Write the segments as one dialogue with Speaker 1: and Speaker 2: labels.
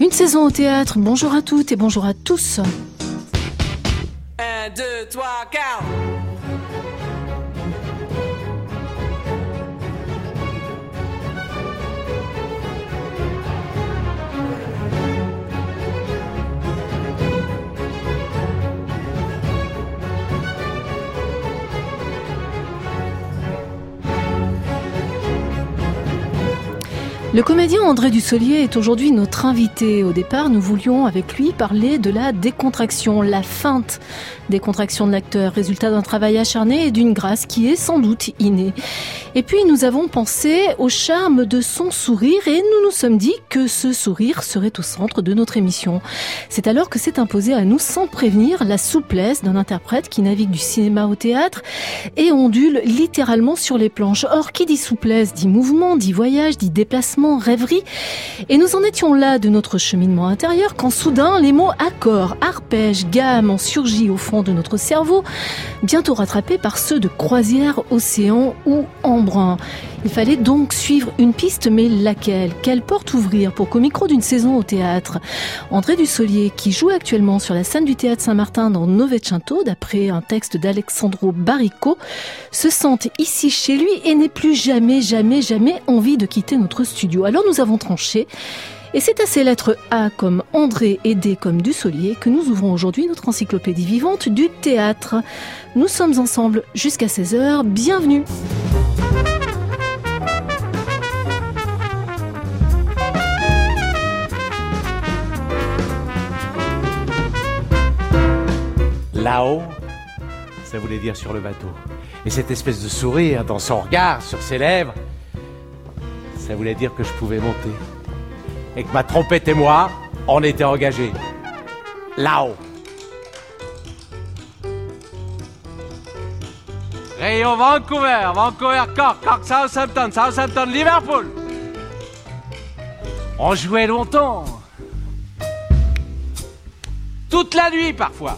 Speaker 1: Une saison au théâtre, bonjour à toutes et bonjour à tous.
Speaker 2: 1, 2, 3, 4.
Speaker 1: Le comédien André Dussolier est aujourd'hui notre invité. Au départ, nous voulions avec lui parler de la décontraction, la feinte décontraction de l'acteur, résultat d'un travail acharné et d'une grâce qui est sans doute innée. Et puis nous avons pensé au charme de son sourire et nous nous sommes dit que ce sourire serait au centre de notre émission. C'est alors que s'est imposée à nous sans prévenir la souplesse d'un interprète qui navigue du cinéma au théâtre et ondule littéralement sur les planches. Or, qui dit souplesse dit mouvement, dit voyage, dit déplacement, rêverie. Et nous en étions là de notre cheminement intérieur quand soudain les mots accord, arpège, gamme ont surgi au fond de notre cerveau, bientôt rattrapés par ceux de croisière, océan ou embrun. Il fallait donc suivre une piste, mais laquelle ? Quelle porte ouvrir pour qu'au micro d'une saison au théâtre, André Dussolier, qui joue actuellement sur la scène du Théâtre Saint-Martin dans Novecento, d'après un texte d'Alexandro Baricco, se sente ici chez lui et n'ait plus jamais envie de quitter notre studio. Alors nous avons tranché. Et c'est à ces lettres A comme André et D comme Dussolier que nous ouvrons aujourd'hui notre encyclopédie vivante du théâtre. Nous sommes ensemble jusqu'à 16h. Bienvenue.
Speaker 3: Là-haut, ça voulait dire sur le bateau. Et cette espèce de sourire dans son regard, sur ses lèvres, ça voulait dire que je pouvais monter. Et que ma trompette et moi, on était engagés. Là-haut. Rayon Vancouver, Cork, Southampton, Liverpool. On jouait longtemps. Toute la nuit parfois.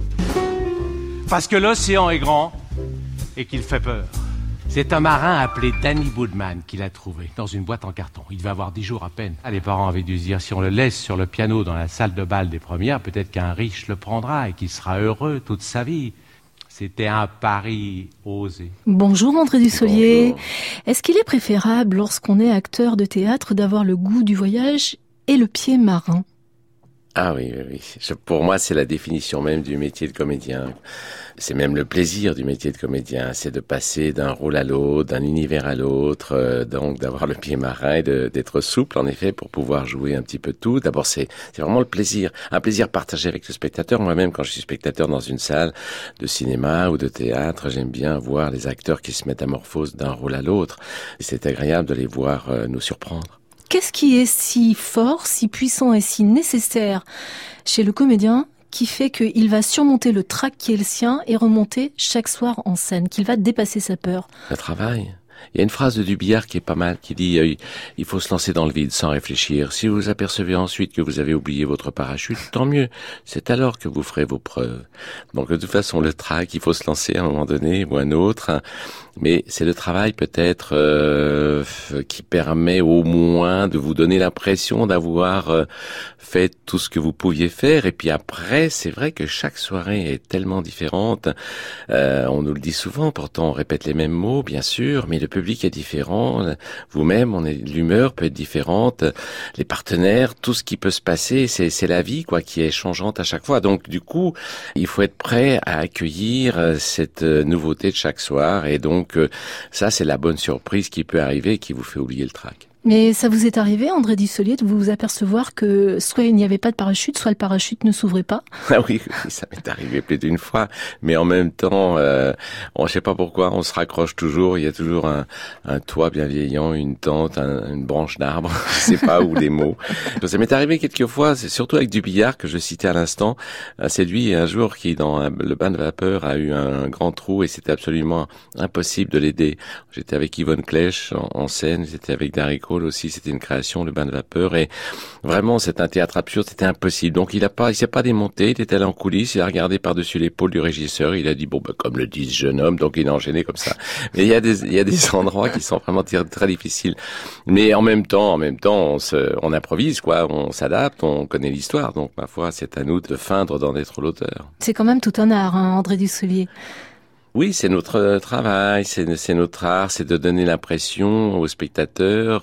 Speaker 3: Parce que l'océan est grand et qu'il fait peur. C'est un marin appelé Danny Boodman qui l'a trouvé dans une boîte en carton. Il devait avoir 10 jours à peine. Les parents avaient dû se dire, si on le laisse sur le piano dans la salle de bal des premières, peut-être qu'un riche le prendra et qu'il sera heureux toute sa vie. C'était un pari osé.
Speaker 1: Bonjour André Dussolier.
Speaker 3: Bonjour.
Speaker 1: Est-ce qu'il est préférable, lorsqu'on est acteur de théâtre, d'avoir le goût du voyage et le pied marin ?
Speaker 4: Ah oui. Pour moi, c'est la définition même du métier de comédien. C'est même le plaisir du métier de comédien, c'est de passer d'un rôle à l'autre, d'un univers à l'autre, donc d'avoir le pied marin et d'être souple en effet pour pouvoir jouer un petit peu tout. D'abord, c'est vraiment le plaisir, un plaisir partagé avec le spectateur. Moi-même, quand je suis spectateur dans une salle de cinéma ou de théâtre, j'aime bien voir les acteurs qui se métamorphosent d'un rôle à l'autre. Et c'est agréable de les voir nous surprendre.
Speaker 1: Qu'est-ce qui est si fort, si puissant et si nécessaire chez le comédien qui fait qu'il va surmonter le trac qui est le sien et remonter chaque soir en scène, qu'il va dépasser sa peur ?
Speaker 4: Le travail. Il y a une phrase de Dubillard qui est pas mal, qui dit il faut se lancer dans le vide sans réfléchir. Si vous apercevez ensuite que vous avez oublié votre parachute, tant mieux. C'est alors que vous ferez vos preuves. Donc de toute façon, le trac, il faut se lancer à un moment donné ou à un autre. Hein. Mais c'est le travail peut-être qui permet au moins de vous donner l'impression d'avoir fait tout ce que vous pouviez faire. Et puis après, c'est vrai que chaque soirée est tellement différente. On nous le dit souvent, pourtant on répète les mêmes mots, bien sûr, mais le public est différent. Vous-même, l'humeur peut être différente. Les partenaires, tout ce qui peut se passer, c'est la vie, quoi, qui est changeante à chaque fois. Donc du coup, il faut être prêt à accueillir cette nouveauté de chaque soir. Et donc ça, c'est la bonne surprise qui peut arriver et qui vous fait oublier le trac.
Speaker 1: Mais ça vous est arrivé, André Dussolier, de vous apercevoir que soit il n'y avait pas de parachute, soit le parachute ne s'ouvrait pas ?
Speaker 4: Ah oui, ça m'est arrivé plus d'une fois. Mais en même temps, on ne sait pas pourquoi, on se raccroche toujours. Il y a toujours un toit bienveillant, une tente, une branche d'arbre, je sais pas, ou des mots. Ça m'est arrivé quelques fois, c'est surtout avec Dubillard que je citais à l'instant. C'est lui, un jour, qui dans le bain de vapeur a eu un grand trou et c'était absolument impossible de l'aider. J'étais avec Yvonne Clèche en scène, j'étais avec Darry Hall aussi, c'était une création, le bain de vapeur, et vraiment, c'est un théâtre absurde, c'était impossible. Donc il s'est pas démonté, il était allé en coulisses, il a regardé par-dessus l'épaule du régisseur, il a dit bon, comme le dit ce jeune homme, donc il a enchaîné comme ça. Mais il y a des endroits qui sont vraiment très difficiles. Mais en même temps, on improvise, quoi, on s'adapte, on connaît l'histoire, donc ma foi, c'est à nous de feindre d'en être l'auteur.
Speaker 1: C'est quand même tout un art, hein, André Dussolier.
Speaker 4: Oui, c'est notre travail, c'est notre art, c'est de donner l'impression aux spectateurs.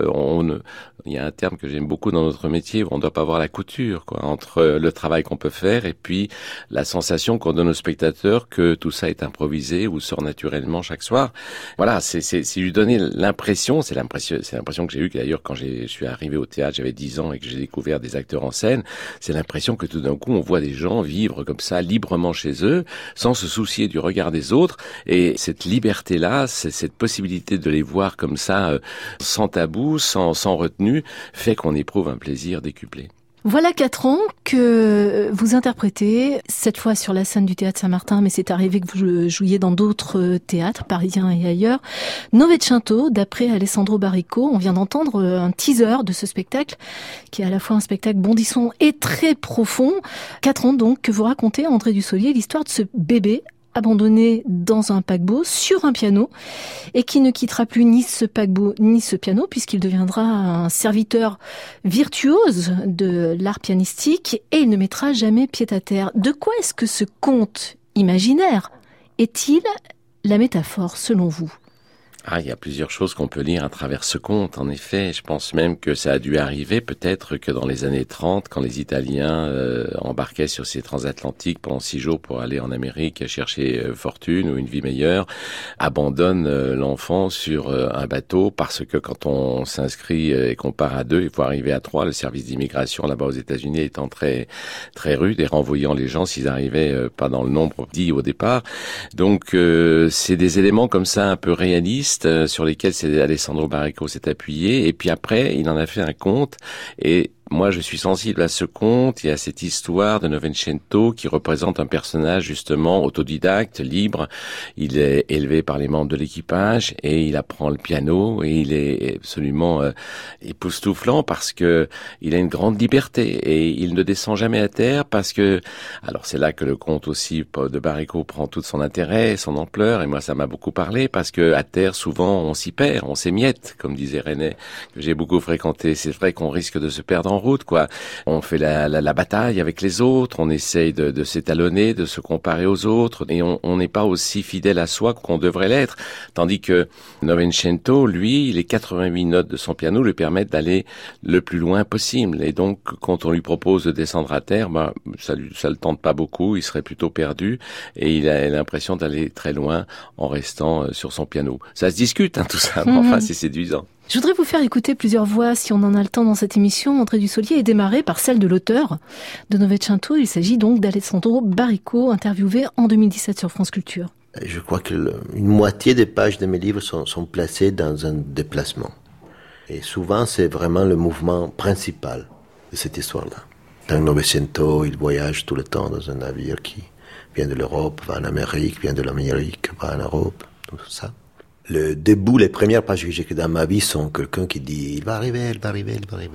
Speaker 4: Il y a un terme que j'aime beaucoup dans notre métier, où on ne doit pas voir la couture, quoi, entre le travail qu'on peut faire et puis la sensation qu'on donne aux spectateurs que tout ça est improvisé ou sort naturellement chaque soir. Voilà, c'est lui donner l'impression, c'est l'impression que j'ai eue d'ailleurs quand je suis arrivé au théâtre, j'avais 10 ans et que j'ai découvert des acteurs en scène. C'est l'impression que tout d'un coup on voit des gens vivre comme ça librement chez eux, sans se soucier du regard des autres, et cette liberté-là, cette possibilité de les voir comme ça, sans tabou, sans retenue, fait qu'on éprouve un plaisir décuplé.
Speaker 1: Voilà 4 ans que vous interprétez, cette fois sur la scène du Théâtre Saint-Martin, mais c'est arrivé que vous jouiez dans d'autres théâtres parisiens et ailleurs. Novecento, d'après Alessandro Baricco. On vient d'entendre un teaser de ce spectacle, qui est à la fois un spectacle bondissant et très profond. 4 ans donc que vous racontez, André Dussolier, l'histoire de ce bébé abandonné dans un paquebot sur un piano et qui ne quittera plus ni ce paquebot ni ce piano puisqu'il deviendra un serviteur virtuose de l'art pianistique et il ne mettra jamais pied à terre. De quoi est-ce que ce conte imaginaire est-il la métaphore selon vous ?
Speaker 4: Il y a plusieurs choses qu'on peut lire à travers ce conte. En effet, je pense même que ça a dû arriver peut-être que dans les années 30, quand les Italiens embarquaient sur ces transatlantiques pendant 6 jours pour aller en Amérique chercher fortune ou une vie meilleure, abandonnent l'enfant sur un bateau parce que quand on s'inscrit et qu'on part à 2, il faut arriver à 3. Le service d'immigration là-bas aux États-Unis étant très très rude et renvoyant les gens s'ils arrivaient pas dans le nombre dit au départ. Donc c'est des éléments comme ça un peu réalistes sur lesquels Alessandro Baricco s'est appuyé, et puis après il en a fait un conte, et moi je suis sensible à ce conte et à cette histoire de Novecento qui représente un personnage justement autodidacte, libre. Il est élevé par les membres de l'équipage et il apprend le piano et il est absolument époustouflant parce que il a une grande liberté et il ne descend jamais à terre parce que, alors c'est là que le conte aussi de Baricco prend tout son intérêt et son ampleur, et moi ça m'a beaucoup parlé parce que à terre souvent on s'y perd, on s'émiette, comme disait René, que j'ai beaucoup fréquenté. C'est vrai qu'on risque de se perdre en route, quoi. On fait la bataille avec les autres, on essaye de s'étalonner, de se comparer aux autres, et on n'est pas aussi fidèle à soi qu'on devrait l'être. Tandis que Novecento, lui, les 88 notes de son piano lui permettent d'aller le plus loin possible. Et donc, quand on lui propose de descendre à terre, ça le tente pas beaucoup, il serait plutôt perdu, et il a l'impression d'aller très loin en restant sur son piano. Ça se discute, tout ça, mais enfin, c'est séduisant.
Speaker 1: Je voudrais vous faire écouter plusieurs voix, si on en a le temps dans cette émission. André Dussolier est démarré par celle de l'auteur de Novecento. Il s'agit donc d'Alessandro Baricco, interviewé en 2017 sur France Culture.
Speaker 2: Je crois que une moitié des pages de mes livres sont placées dans un déplacement. Et souvent, c'est vraiment le mouvement principal de cette histoire-là. Dans Novecento, il voyage tout le temps dans un navire qui vient de l'Europe, va en Amérique, vient de l'Amérique, va en Europe, tout ça. Le début, les premières pages que j'ai écrites dans ma vie sont quelqu'un qui dit « il va arriver, il va arriver, il va arriver ».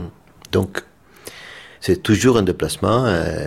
Speaker 2: Donc, c'est toujours un déplacement.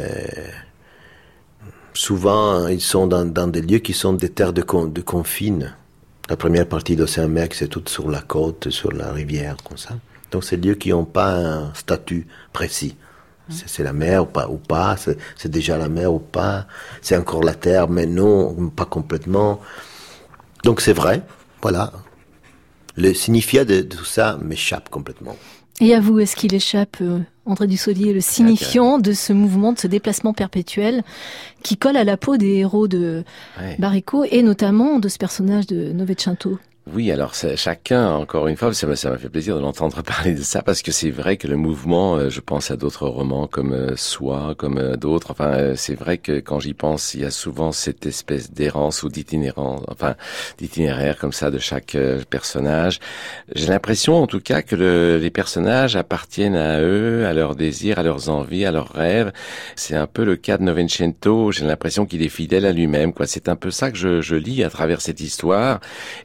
Speaker 2: Souvent, ils sont dans des lieux qui sont des terres de confine. La première partie d'Océan Mer, c'est toute sur la côte, sur la rivière, comme ça. Donc, c'est des lieux qui n'ont pas un statut précis. C'est la mer ou pas, c'est déjà la mer ou pas, c'est encore la terre, mais non, pas complètement. Donc c'est vrai, voilà. Le signifiat de tout ça m'échappe complètement.
Speaker 1: Et à vous, est-ce qu'il échappe, André Dussolier, le signifiant de ce mouvement, de ce déplacement perpétuel qui colle à la peau des héros de Baricco et notamment de ce personnage de Novecento ?
Speaker 4: Oui, alors chacun, encore une fois, ça m'a fait plaisir de l'entendre parler de ça, parce que c'est vrai que le mouvement, je pense à d'autres romans comme Soi, comme d'autres, enfin c'est vrai que quand j'y pense, il y a souvent cette espèce d'errance ou d'itinéraire comme ça de chaque personnage. J'ai l'impression en tout cas que les personnages appartiennent à eux, à leurs désirs, à leurs envies, à leurs rêves. C'est un peu le cas de Novecento, j'ai l'impression qu'il est fidèle à lui-même, quoi. C'est un peu ça que je lis à travers cette histoire, et c'est ce qui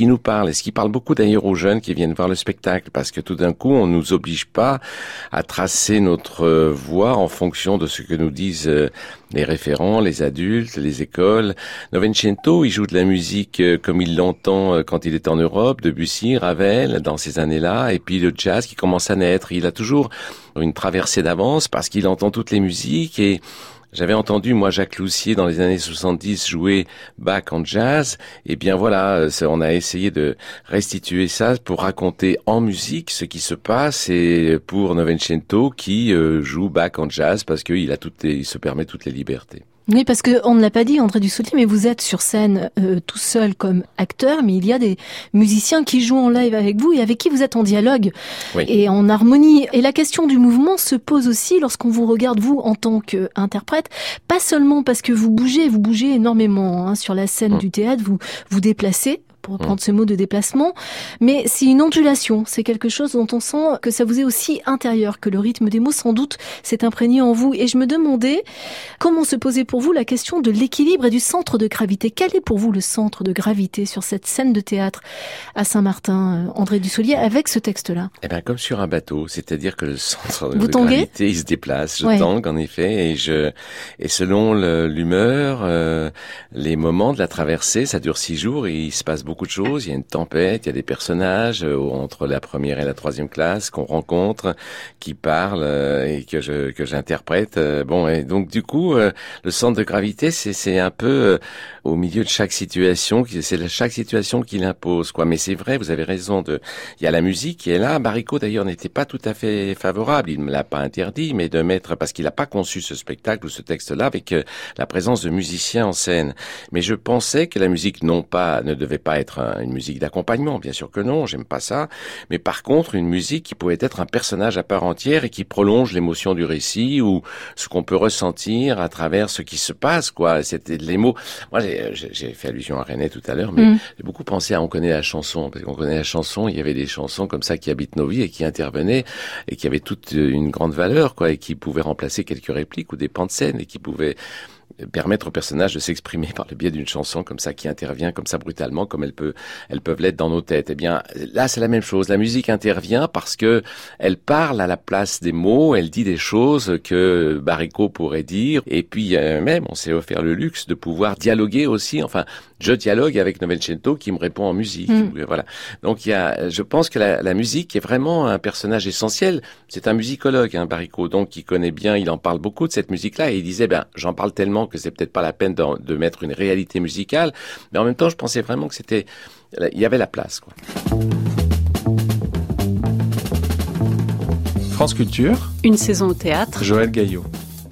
Speaker 4: nous parle, et ce qui parle beaucoup d'ailleurs aux jeunes qui viennent voir le spectacle, parce que tout d'un coup, on nous oblige pas à tracer notre voie en fonction de ce que nous disent les référents, les adultes, les écoles. Novecento, il joue de la musique comme il l'entend quand il est en Europe, Debussy, Ravel, dans ces années-là, et puis le jazz qui commence à naître. Il a toujours une traversée d'avance parce qu'il entend toutes les musiques, et j'avais entendu, moi, Jacques Loussier, dans les années 70, jouer Bach en jazz. Et bien voilà, on a essayé de restituer ça pour raconter en musique ce qui se passe, et pour Novecento qui joue Bach en jazz parce qu'il il se permet toutes les libertés.
Speaker 1: Oui, parce que on ne l'a pas dit, André Dussolier, mais vous êtes sur scène tout seul comme acteur, mais il y a des musiciens qui jouent en live avec vous et avec qui vous êtes en dialogue et en harmonie. Et la question du mouvement se pose aussi lorsqu'on vous regarde, vous, en tant qu'interprète, pas seulement parce que vous bougez énormément sur la scène du théâtre, vous vous déplacez, pour reprendre ce mot de déplacement, mais c'est une ondulation, c'est quelque chose dont on sent que ça vous est aussi intérieur, que le rythme des mots sans doute s'est imprégné en vous. Et je me demandais comment se posait pour vous la question de l'équilibre et du centre de gravité. Quel est pour vous le centre de gravité sur cette scène de théâtre à Saint-Martin, André Dussolier, avec ce texte-là?
Speaker 4: Eh bien, comme sur un bateau, c'est-à-dire que le centre de gravité, il se déplace. Je tangue, en effet, et selon l'humeur, les moments de la traversée, ça dure 6 jours et il se passe beaucoup de choses. Il y a une tempête, il y a des personnages entre la première et la troisième classe qu'on rencontre, qui parlent et que j'interprète. Bon, et donc du coup, le centre de gravité, c'est un peu au milieu de chaque situation. C'est chaque situation qui l'impose, quoi. Mais c'est vrai, vous avez raison. Il y a la musique qui est là. Baricot d'ailleurs n'était pas tout à fait favorable. Il me l'a pas interdit, mais de mettre, parce qu'il n'a pas conçu ce spectacle ou ce texte-là avec la présence de musiciens en scène. Mais je pensais que la musique ne devait pas être une musique d'accompagnement, bien sûr que non, j'aime pas ça, mais par contre une musique qui pouvait être un personnage à part entière et qui prolonge l'émotion du récit ou ce qu'on peut ressentir à travers ce qui se passe, quoi. C'était les mots. Moi, j'ai fait allusion à René tout à l'heure, mais j'ai beaucoup pensé à On connaît la chanson, parce qu'on connaît la chanson, il y avait des chansons comme ça qui habitent nos vies et qui intervenaient et qui avaient toute une grande valeur, quoi, et qui pouvaient remplacer quelques répliques ou des pans de scène et qui pouvaient permettre aux personnages de s'exprimer par le biais d'une chanson comme ça qui intervient comme ça brutalement, comme elles peuvent l'être dans nos têtes. Eh bien, là, c'est la même chose. La musique intervient parce que elle parle à la place des mots, elle dit des choses que Baricot pourrait dire. Et puis, même, on s'est offert le luxe de pouvoir dialoguer aussi. Enfin, je dialogue avec Novecento qui me répond en musique. Voilà. Donc, je pense que la musique est vraiment un personnage essentiel. C'est un musicologue, Baricot, donc qui connaît bien, il en parle beaucoup de cette musique-là et il disait, j'en parle tellement que c'est peut-être pas la peine de mettre une réalité musicale, mais en même temps, je pensais vraiment que il y avait la place, quoi.
Speaker 5: France Culture.
Speaker 6: Une saison au théâtre.
Speaker 5: Joël Gaillot.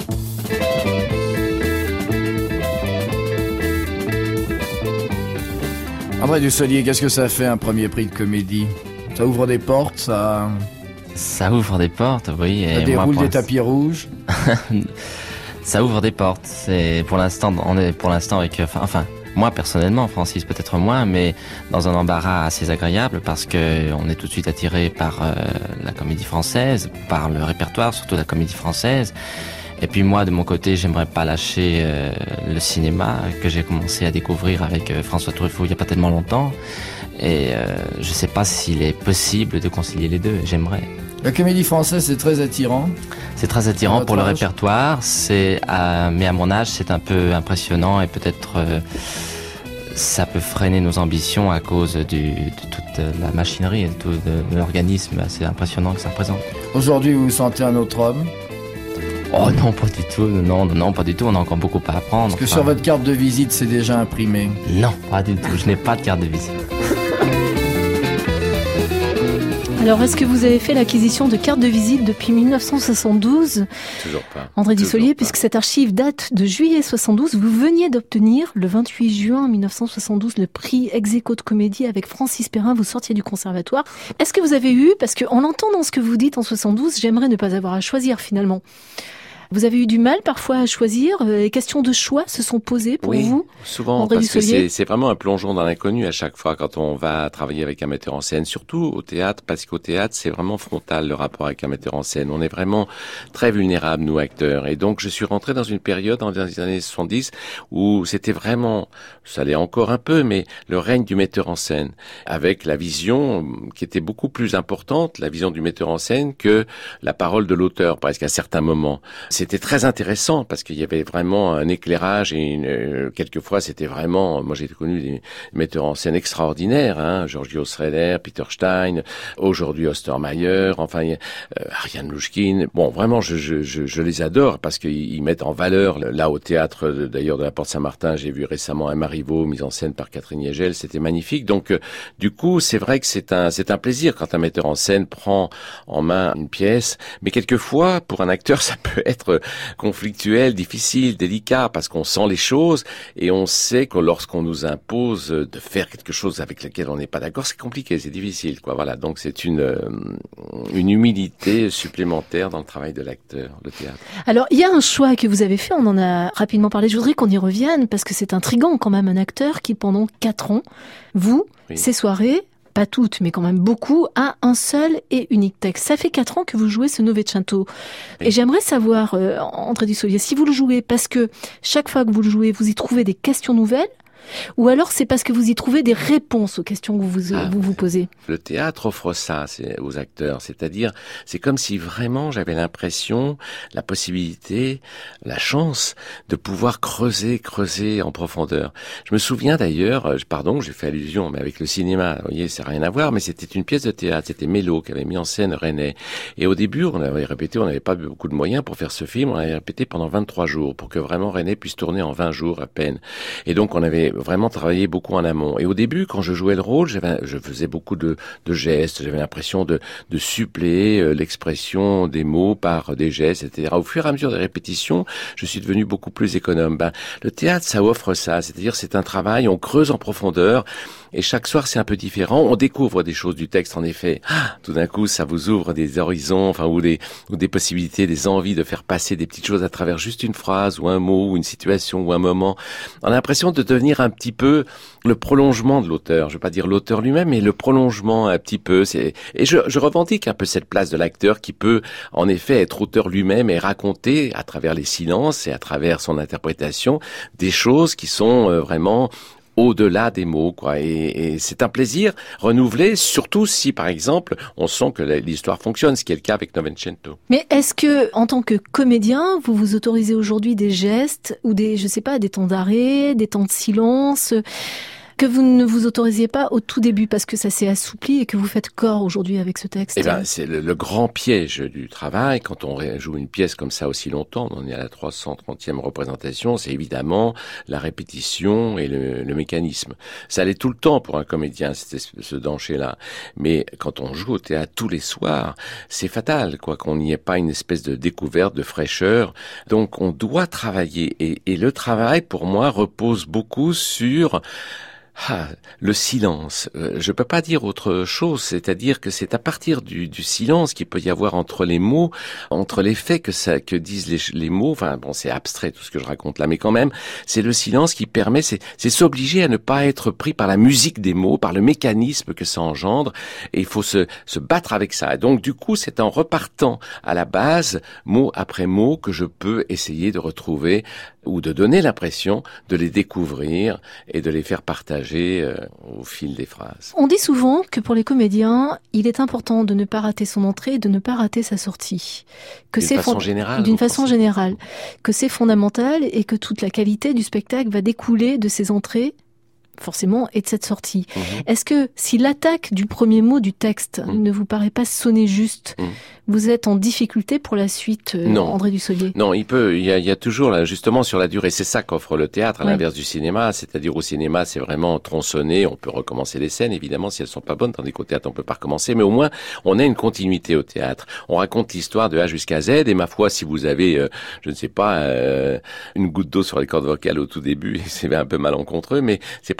Speaker 7: André Dussolier, qu'est-ce que ça fait un premier prix de comédie? Ça ouvre des portes, ça
Speaker 8: ouvre des portes, oui.
Speaker 7: Ça déroule des tapis rouges.
Speaker 8: Ça ouvre des portes. C'est pour l'instant, on est pour l'instant avec, enfin, moi personnellement, Francis peut-être moins, mais dans un embarras assez agréable parce que on est tout de suite attiré par la comédie française, par le répertoire, surtout la comédie française. Et puis moi, de mon côté, j'aimerais pas lâcher le cinéma que j'ai commencé à découvrir avec François Truffaut il y a pas tellement longtemps. Et je sais pas s'il est possible de concilier les deux. J'aimerais.
Speaker 7: La comédie française, c'est très attirant.
Speaker 8: C'est très attirant pour le répertoire. Mais à mon âge, c'est un peu impressionnant et peut-être ça peut freiner nos ambitions à cause de toute la machinerie et de l'organisme assez impressionnant que ça représente.
Speaker 7: Aujourd'hui, vous vous sentez un autre homme?
Speaker 8: Oh non, pas du tout. Non, pas du tout. On a encore beaucoup à apprendre.
Speaker 7: Est-ce que sur votre carte de visite, c'est déjà imprimé?
Speaker 8: Non, pas du tout. Je n'ai pas de carte de visite.
Speaker 1: Alors, est-ce que vous avez fait l'acquisition de cartes de visite depuis 1972 ?
Speaker 4: Toujours pas.
Speaker 1: André Dussolier, puisque cette archive date de juillet 72, vous veniez d'obtenir le 28 juin 1972 le prix Ex-Aequo de comédie avec Francis Perrin, vous sortiez du conservatoire. Est-ce que vous avez eu, parce qu'en entendant ce que vous dites en 72, j'aimerais ne pas avoir à choisir finalement. Vous avez eu du mal parfois à choisir? Les questions de choix se sont posées pour vous?
Speaker 4: Souvent,
Speaker 1: André
Speaker 4: parce que
Speaker 1: Dussolier?
Speaker 4: c'est vraiment un plongeon dans l'inconnu à chaque fois quand on va travailler avec un metteur en scène, surtout au théâtre, parce qu'au théâtre, c'est vraiment frontal le rapport avec un metteur en scène. On est vraiment très vulnérables, nous, acteurs. Et donc, je suis rentré dans une période, dans les années 70, où c'était vraiment, ça l'est encore un peu, mais le règne du metteur en scène, avec la vision qui était beaucoup plus importante, la vision du metteur en scène, que la parole de l'auteur, presque à certains moments. C'était très intéressant, parce qu'il y avait vraiment un éclairage, et quelquefois, c'était vraiment, moi j'ai connu des metteurs en scène extraordinaires, hein, Giorgio Strehler, Peter Stein, aujourd'hui Ostermayer, enfin, Ariane Louchkine. Bon, vraiment, je les adore, parce qu'ils mettent en valeur, là au théâtre, d'ailleurs, de la Porte Saint-Martin, j'ai vu récemment un Marivaux, mise en scène par Catherine Yegel, c'était magnifique. Donc, du coup, c'est vrai que c'est un plaisir quand un metteur en scène prend en main une pièce, mais quelquefois, pour un acteur, ça peut être conflictuel, difficile, délicat, parce qu'on sent les choses, et on sait que lorsqu'on nous impose de faire quelque chose avec lequel on n'est pas d'accord, c'est compliqué, c'est difficile, quoi. Voilà. Donc, c'est une humilité supplémentaire dans le travail de l'acteur, le théâtre.
Speaker 1: Alors, il y a un choix que vous avez fait, on en a rapidement parlé, je voudrais qu'on y revienne, parce que c'est intriguant quand même, un acteur qui pendant 4 ans, ses soirées, pas toutes, mais quand même beaucoup, a un seul et unique texte. Ça fait 4 ans que vous jouez ce Novecento. Et j'aimerais savoir, André Dussolier, si vous le jouez parce que chaque fois que vous le jouez, vous y trouvez des questions nouvelles, ou alors c'est parce que vous y trouvez des réponses aux questions que vous posez?
Speaker 4: Le théâtre offre ça aux acteurs, c'est-à-dire c'est comme si vraiment j'avais l'impression, la possibilité, la chance de pouvoir creuser en profondeur. Je me souviens d'ailleurs, pardon, j'ai fait allusion, mais avec le cinéma, vous voyez, ça n'a rien à voir, mais c'était une pièce de théâtre, c'était Mello qui avait mis en scène René. Et au début, on avait répété, on n'avait pas beaucoup de moyens pour faire ce film, on avait répété pendant 23 jours pour que vraiment René puisse tourner en 20 jours à peine. Et donc on avait vraiment travaillé beaucoup en amont. Et au début, quand je jouais le rôle, je faisais beaucoup de gestes, j'avais l'impression de suppléer l'expression des mots par des gestes, etc. Au fur et à mesure des répétitions, je suis devenu beaucoup plus économe. Le théâtre, ça offre ça, c'est-à-dire c'est un travail, on creuse en profondeur, et chaque soir c'est un peu différent, on découvre des choses du texte en effet. Tout d'un coup, ça vous ouvre des horizons, enfin ou des possibilités, des envies de faire passer des petites choses à travers juste une phrase ou un mot ou une situation ou un moment. On a l'impression de devenir un petit peu le prolongement de l'auteur. Je veux pas dire l'auteur lui-même, mais le prolongement un petit peu. Et je revendique un peu cette place de l'acteur qui peut en effet être auteur lui-même et raconter à travers les silences et à travers son interprétation des choses qui sont vraiment au-delà des mots, quoi. Et c'est un plaisir renouvelé, surtout si, par exemple, on sent que l'histoire fonctionne, ce qui est le cas avec Novecento.
Speaker 1: Mais est-ce que, en tant que comédien, vous vous autorisez aujourd'hui des gestes ou des temps d'arrêt, des temps de silence, que vous ne vous autorisiez pas au tout début parce que ça s'est assoupli et que vous faites corps aujourd'hui avec ce texte?
Speaker 4: C'est le grand piège du travail. Quand on joue une pièce comme ça aussi longtemps, on est à la 330e représentation, c'est évidemment la répétition et le mécanisme. Ça l'est tout le temps pour un comédien, ce danger-là. Mais quand on joue au théâtre tous les soirs, c'est fatal, quoi, qu'on n'y ait pas une espèce de découverte, de fraîcheur. Donc on doit travailler. Et le travail, pour moi, repose beaucoup sur le silence. Je peux pas dire autre chose, c'est-à-dire que c'est à partir du silence qu'il peut y avoir entre les mots, entre les faits que disent les mots. Enfin bon, c'est abstrait tout ce que je raconte là, mais quand même, c'est le silence qui permet, c'est s'obliger à ne pas être pris par la musique des mots, par le mécanisme que ça engendre, et il faut se battre avec ça. Et donc du coup, c'est en repartant à la base, mot après mot, que je peux essayer de retrouver ou de donner l'impression de les découvrir et de les faire partager au fil des phrases.
Speaker 1: On dit souvent que pour les comédiens, il est important de ne pas rater son entrée et de ne pas rater sa sortie.
Speaker 4: D'une façon
Speaker 1: générale. Que c'est fondamental et que toute la qualité du spectacle va découler de ces entrées, forcément, et de cette sortie. Est-ce que si l'attaque du premier mot du texte ne vous paraît pas sonner juste, vous êtes en difficulté pour la suite, André Dussolier?
Speaker 4: Non, il y a toujours là, justement sur la durée. C'est ça qu'offre le théâtre à l'inverse du cinéma. C'est-à-dire au cinéma, c'est vraiment tronçonné. On peut recommencer les scènes, évidemment, si elles sont pas bonnes, tandis qu'au théâtre, on peut pas recommencer. Mais au moins, on a une continuité au théâtre. On raconte l'histoire de A jusqu'à Z. Et ma foi, si vous avez, je ne sais pas, une goutte d'eau sur les cordes vocales au tout début, c'est un peu malencontreux, mais c'est pas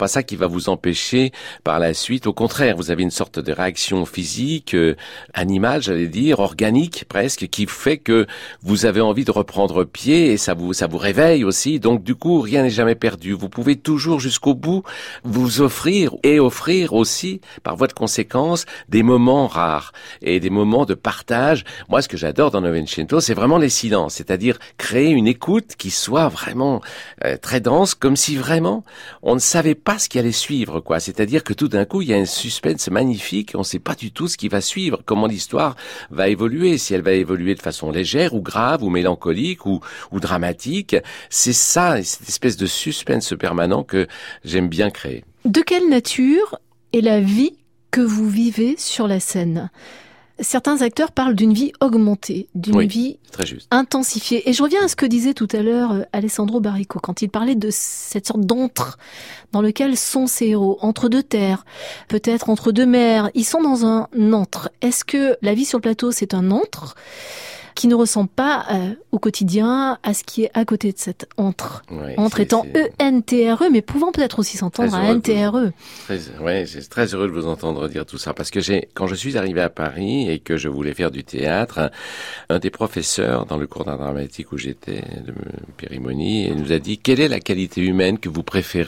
Speaker 4: ça qui va vous empêcher par la suite. Au contraire, vous avez une sorte de réaction physique, animale, j'allais dire, organique presque, qui fait que vous avez envie de reprendre pied et ça vous réveille aussi. Donc du coup, rien n'est jamais perdu. Vous pouvez toujours jusqu'au bout vous offrir aussi, par voie de conséquence, des moments rares et des moments de partage. Moi, ce que j'adore dans Novecento, c'est vraiment les silences, c'est-à-dire créer une écoute qui soit vraiment très dense, comme si vraiment on ne savait pas ce qui allait suivre, quoi. C'est-à-dire que tout d'un coup, il y a un suspense magnifique, on ne sait pas du tout ce qui va suivre, comment l'histoire va évoluer, si elle va évoluer de façon légère ou grave ou mélancolique ou dramatique. C'est ça, cette espèce de suspense permanent que j'aime bien créer.
Speaker 1: De quelle nature est la vie que vous vivez sur la scène ? Certains acteurs parlent d'une vie augmentée, d'une vie
Speaker 4: très juste,
Speaker 1: intensifiée. Et je reviens à ce que disait tout à l'heure Alessandro Baricco, quand il parlait de cette sorte d'antre dans lequel sont ces héros, entre deux terres, peut-être entre deux mers. Ils sont dans un antre. Est-ce que la vie sur le plateau, c'est un antre qui ne ressemble pas au quotidien à ce qui est à côté de cet antre. Antre étant E-N-T-R-E, mais pouvant peut-être aussi s'entendre à N-T-R-E.
Speaker 4: Oui, j'ai très heureux de vous entendre dire tout ça, parce que quand je suis arrivé à Paris et que je voulais faire du théâtre, un des professeurs dans le cours d'art dramatique où j'étais, de Périmonie, nous a dit: quelle est la qualité humaine que vous préférez ?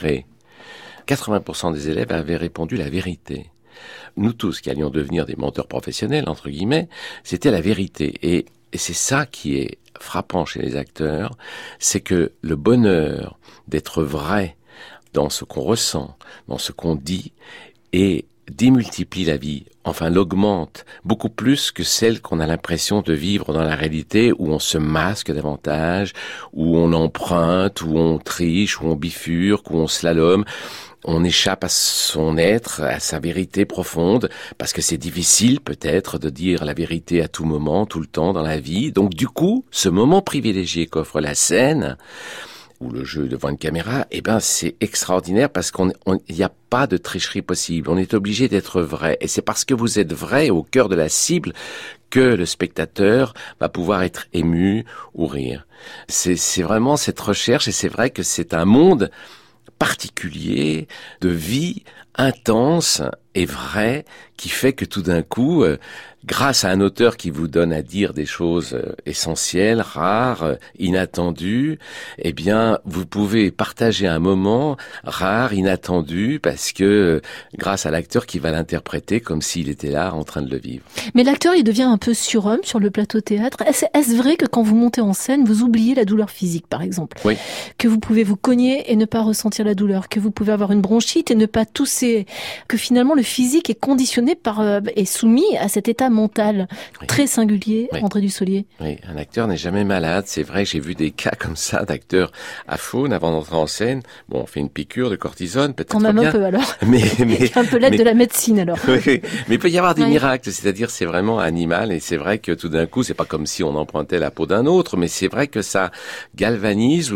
Speaker 4: 80% des élèves avaient répondu la vérité. Nous tous qui allions devenir des menteurs professionnels, entre guillemets, c'était la vérité. Et c'est ça qui est frappant chez les acteurs, c'est que le bonheur d'être vrai dans ce qu'on ressent, dans ce qu'on dit, et démultiplie la vie, enfin l'augmente beaucoup plus que celle qu'on a l'impression de vivre dans la réalité, où on se masque davantage, où on emprunte, où on triche, où on bifurque, où on slalome. On échappe à son être, à sa vérité profonde, parce que c'est difficile peut-être de dire la vérité à tout moment, tout le temps dans la vie. Donc du coup, ce moment privilégié qu'offre la scène, ou le jeu devant une caméra, c'est extraordinaire parce qu'il n'y a pas de tricherie possible. On est obligé d'être vrai. Et c'est parce que vous êtes vrai au cœur de la cible que le spectateur va pouvoir être ému ou rire. C'est vraiment cette recherche, et c'est vrai que c'est un monde particulier, de vie intense et vraie, qui fait que tout d'un coup, grâce à un auteur qui vous donne à dire des choses essentielles, rares, inattendues, vous pouvez partager un moment rare, inattendu, parce que grâce à l'acteur qui va l'interpréter comme s'il était là en train de le vivre.
Speaker 1: Mais l'acteur, il devient un peu surhomme sur le plateau théâtre. Est-ce vrai que quand vous montez en scène, vous oubliez la douleur physique, par exemple ?
Speaker 4: Oui. Que
Speaker 1: vous pouvez vous cogner et ne pas ressentir la douleur, que vous pouvez avoir une bronchite et ne pas tousser, que finalement le physique est conditionné est soumis à cet état mental très singulier, André Dussolier.
Speaker 4: Oui, un acteur n'est jamais malade. C'est vrai que j'ai vu des cas comme ça d'acteurs à faune avant d'entrer en scène. Bon, on fait une piqûre de cortisone, peut-être
Speaker 1: quand même
Speaker 4: bien.
Speaker 1: Un peu alors.
Speaker 4: Mais
Speaker 1: un peu l'aide de la médecine alors.
Speaker 4: Oui, mais il peut y avoir des miracles, c'est-à-dire c'est vraiment animal, et c'est vrai que tout d'un coup, c'est pas comme si on empruntait la peau d'un autre, mais c'est vrai que ça galvanise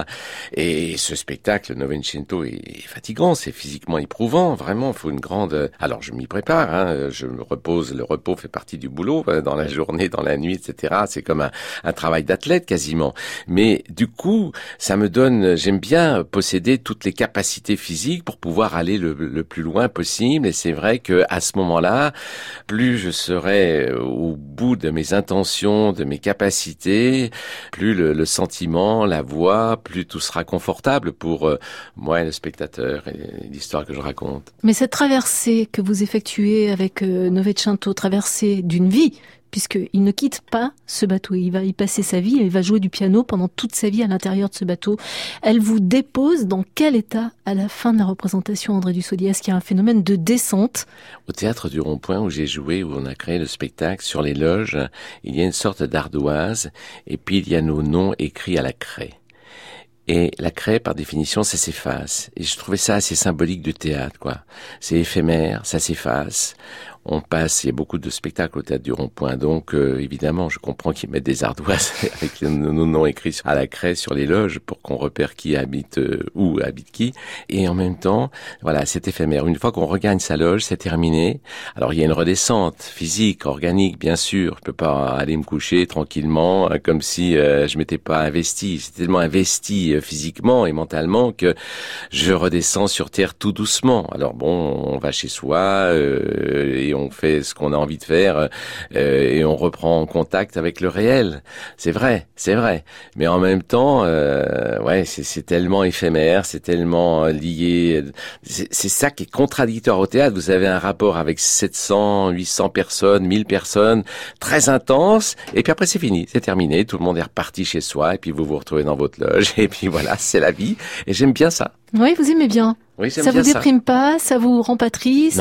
Speaker 4: et ce spectacle Novecento est fatigant, c'est physiquement éprouvant, vraiment, il faut une grande... Alors je m'y prépare, je me repose, le repos fait partie du boulot, dans la journée, dans la nuit, etc. C'est comme un travail d'athlète quasiment. Mais du coup, ça me donne, j'aime bien posséder toutes les capacités physiques pour pouvoir aller le plus loin possible, et c'est vrai que à ce moment-là, plus je serai au bout de mes intentions, de mes capacités, plus le sentiment, la voix, plus tout sera confortable pour moi et le spectateur et l'histoire que je raconte.
Speaker 1: Mais cette traversée que vous effectuez avec Novecento, traversée d'une vie, puisqu'il ne quitte pas ce bateau, il va y passer sa vie, il va jouer du piano pendant toute sa vie à l'intérieur de ce bateau. Elle vous dépose dans quel état à la fin de la représentation, André Dussolier ? Est-ce qu'il y a un phénomène de descente ?
Speaker 4: Au Théâtre du Rond-Point où j'ai joué, où on a créé le spectacle, sur les loges, il y a une sorte d'ardoise, et puis il y a nos noms écrits à la craie. Et la craie, par définition, ça s'efface. Et je trouvais ça assez symbolique du théâtre, quoi. C'est éphémère, ça s'efface. on passe, il y a beaucoup de spectacles au Théâtre du Rond-Point, donc évidemment, je comprends qu'ils mettent des ardoises avec nos noms écrits à la craie sur les loges pour qu'on repère qui habite où habite qui. Et en même temps, voilà, c'est éphémère. Une fois qu'on regagne sa loge, c'est terminé. Alors il y a une redescente physique, organique, bien sûr. Je peux pas aller me coucher tranquillement comme si je m'étais pas investi. C'est tellement investi physiquement et mentalement que je redescends sur terre tout doucement. Alors bon, on va chez soi et on fait ce qu'on a envie de faire et on reprend contact avec le réel. C'est vrai. Mais en même temps, ouais, c'est tellement éphémère, c'est tellement lié. C'est ça qui est contradictoire au théâtre. Vous avez un rapport avec 700, 800 personnes, 1000 personnes, très intense. Et puis après, c'est fini, c'est terminé. Tout le monde est reparti chez soi et puis vous vous retrouvez dans votre loge. Et puis voilà, c'est la vie. Et j'aime bien ça.
Speaker 1: Oui, vous aimez bien.
Speaker 4: Oui,
Speaker 1: ça vous déprime pas, ça vous rend pas triste,
Speaker 4: non,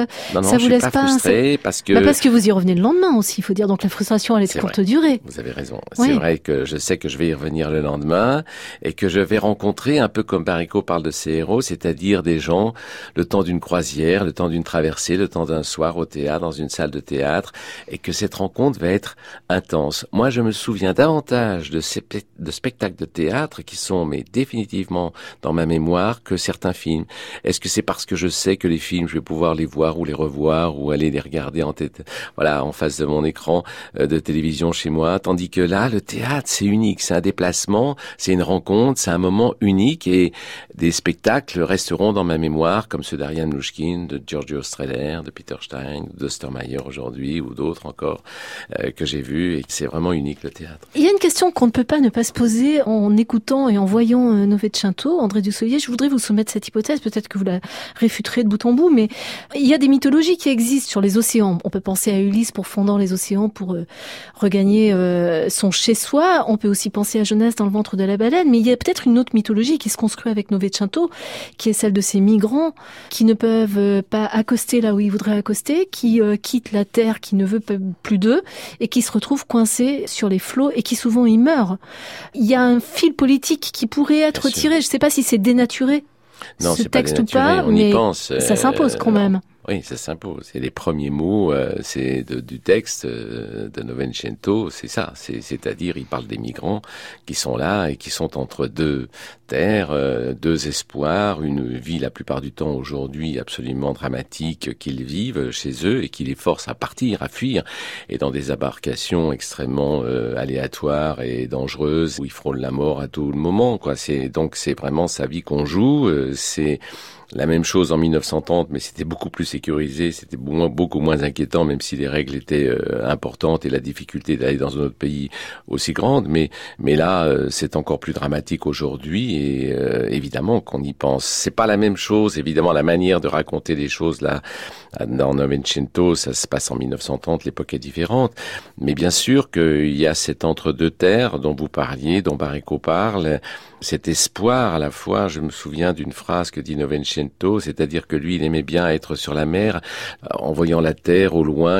Speaker 1: ça vous laisse pas
Speaker 4: frustré parce que
Speaker 1: parce que vous y revenez le lendemain aussi, il faut dire. Donc la frustration, elle est de courte durée.
Speaker 4: Vous avez raison.
Speaker 1: Oui.
Speaker 4: C'est vrai que je sais que je vais y revenir le lendemain et que je vais rencontrer, un peu comme Baricot parle de ses héros, c'est-à-dire des gens le temps d'une croisière, le temps d'une traversée, le temps d'un soir au théâtre, dans une salle de théâtre, et que cette rencontre va être intense. Moi, je me souviens davantage de spectacles de théâtre qui sont mais définitivement dans ma mémoire que certains films. Est-ce que c'est parce que je sais que les films, je vais pouvoir les voir ou les revoir ou aller les regarder en tête, voilà, en face de mon écran de télévision chez moi, tandis que là, le théâtre, c'est unique, c'est un déplacement, c'est une rencontre, c'est un moment unique et des spectacles resteront dans ma mémoire comme ceux d'Ariane Mnouchkine, de Giorgio Strehler, de Peter Stein, d'Ostermayer aujourd'hui ou d'autres encore que j'ai vus et c'est vraiment unique le théâtre.
Speaker 1: Il y a une question qu'on ne peut pas ne pas se poser en écoutant et en voyant Novecento, André Dussolier. Je voudrais vous soumettre cette hypothèse, peut-être que vous la réfuterez de bout en bout, mais il y a des mythologies qui existent sur les océans. On peut penser à Ulysse pourfendant les océans pour regagner son chez-soi. On peut aussi penser à Jonas dans le ventre de la baleine, mais il y a peut-être une autre mythologie qui se construit avec Novecento, qui est celle de ces migrants qui ne peuvent pas accoster là où ils voudraient accoster, qui quittent la terre qui ne veut plus d'eux et qui se retrouvent coincés sur les flots et qui souvent y meurent. Il y a un fil politique qui pourrait être tiré. Je ne sais pas si c'est dénaturé.
Speaker 4: Non,
Speaker 1: ce
Speaker 4: c'est
Speaker 1: texte
Speaker 4: pas
Speaker 1: ou pas, mais ça s'impose quand même.
Speaker 4: Oui, ça s'impose. Et les premiers mots, c'est du texte de Novecento, c'est ça. C'est-à-dire, il parle des migrants qui sont là et qui sont entre deux terres, deux espoirs, une vie la plupart du temps aujourd'hui absolument dramatique qu'ils vivent chez eux et qui les force à partir, à fuir, et dans des embarcations extrêmement aléatoires et dangereuses où ils frôlent la mort à tout moment, quoi. C'est vraiment sa vie qu'on joue. C'est la même chose en 1930, mais c'était beaucoup plus sécurisé, c'était beaucoup moins inquiétant, même si les règles étaient importantes et la difficulté d'aller dans un autre pays aussi grande. Mais là, c'est encore plus dramatique aujourd'hui et évidemment qu'on y pense. C'est pas la même chose, évidemment, la manière de raconter les choses là dans Novecento, ça se passe en 1930, l'époque est différente. Mais bien sûr qu'il y a cet entre-deux terres dont vous parliez, dont Baricot parle. Cet espoir à la fois, je me souviens d'une phrase que dit Novecento, c'est-à-dire que lui, il aimait bien être sur la mer, en voyant la terre au loin,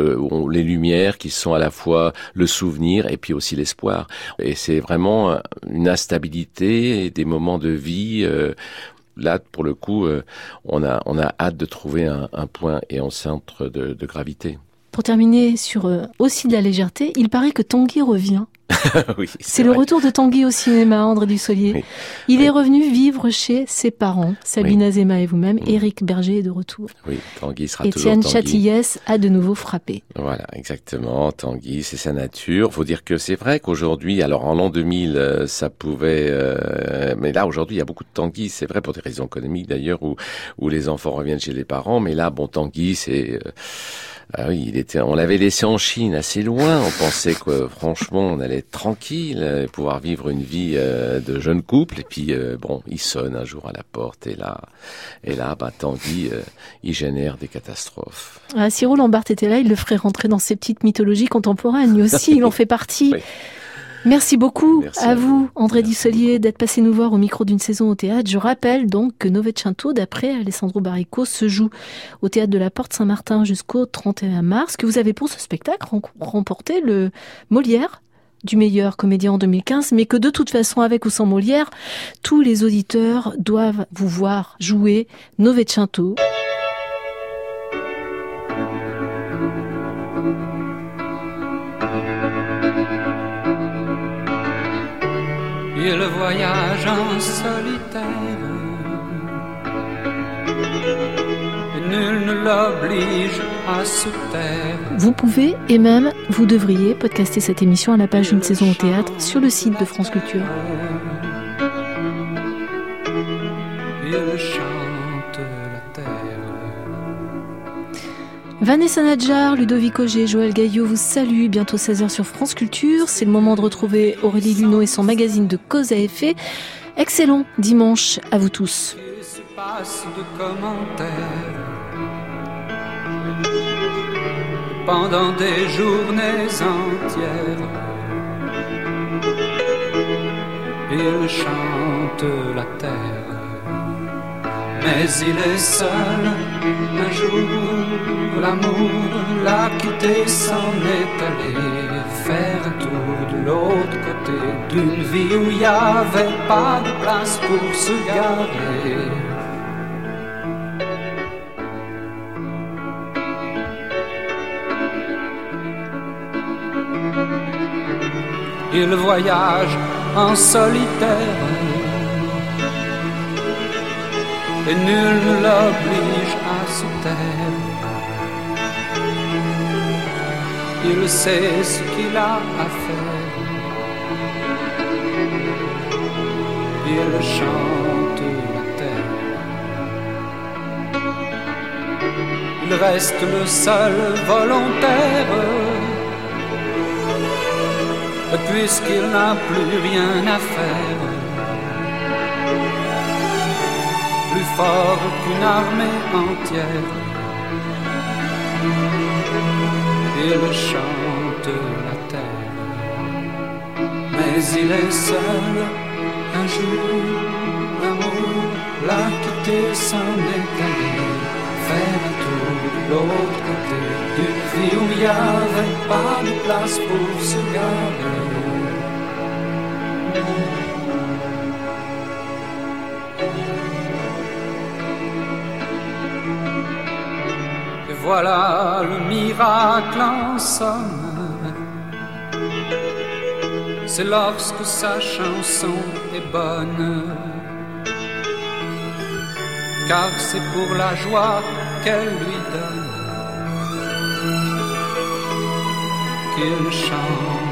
Speaker 4: les lumières qui sont à la fois le souvenir et puis aussi l'espoir. Et c'est vraiment une instabilité et des moments de vie. Là, pour le coup, on a hâte de trouver un point et un centre de gravité.
Speaker 1: Pour terminer sur aussi de la légèreté, il paraît que Tanguy revient.
Speaker 4: Oui,
Speaker 1: c'est le retour de Tanguy au cinéma, André Dussolier. Oui. Il est revenu vivre chez ses parents, Sabine Azéma et vous-même. Éric Berger est de retour.
Speaker 4: Oui, Tanguy sera
Speaker 1: toujours Tanguy. Étienne Châtillès a de nouveau frappé.
Speaker 4: Voilà, exactement. Tanguy, c'est sa nature. Faut dire que c'est vrai qu'aujourd'hui, alors en l'an 2000, ça pouvait... mais là, aujourd'hui, il y a beaucoup de Tanguy. C'est vrai pour des raisons économiques d'ailleurs, où les enfants reviennent chez les parents. Mais là, bon, Tanguy, c'est... Ah oui, on l'avait laissé en Chine, assez loin. On pensait que, franchement, on allait être tranquille, pouvoir vivre une vie de jeune couple. Et puis, bon, il sonne un jour à la porte. Et là, Tanguy, il génère des catastrophes.
Speaker 1: Ah, si Roland Barthes était là, il le ferait rentrer dans ces petites mythologies contemporaines. Lui aussi, il en fait partie. Oui. Merci beaucoup à vous, André Dussolier, d'être passé nous voir au micro d'une saison au théâtre. Je rappelle donc que Novecento, d'après Alessandro Baricot, se joue au théâtre de la Porte Saint-Martin jusqu'au 31 mars, que vous avez pour ce spectacle remporté le Molière du meilleur comédien en 2015, mais que de toute façon, avec ou sans Molière, tous les auditeurs doivent vous voir jouer Novecento.
Speaker 5: voyage en solitaire. Et nul ne l'oblige à se taire.
Speaker 1: Vous pouvez et même vous devriez podcaster cette émission à la page Une saison au théâtre sur le site de France Culture.
Speaker 5: Il chante la terre.
Speaker 1: Vanessa Nadjar, Ludovic Auger, Joël Gaillot vous saluent. Bientôt 16h sur France Culture. C'est le moment de retrouver Aurélie Luneau et son magazine de Cause à effet. Excellent dimanche à vous tous.
Speaker 5: Il se passe de commentaires pendant des journées entières. Il chante la terre, mais il est seul. Un jour, l'amour l'a quitté, s'en est allé faire un tour de l'autre côté d'une vie où il n'y avait pas de place pour se garer. Il voyage en solitaire et nul ne l'oblige à se taire. Il sait ce qu'il a à faire. Il chante la terre. Il reste le seul volontaire. Puisqu'il n'a plus rien à faire, plus fort qu'une armée entière, il chante la terre, mais il est seul. Un jour, l'amour l'a quitté, s'en est allé faire un tour de l'autre côté d'une vie où il n'y avait pas de place pour se garer. Et voilà le miracle en somme, c'est lorsque sa chanson est bonne, car c'est pour la joie qu'elle lui donne qu'il chante.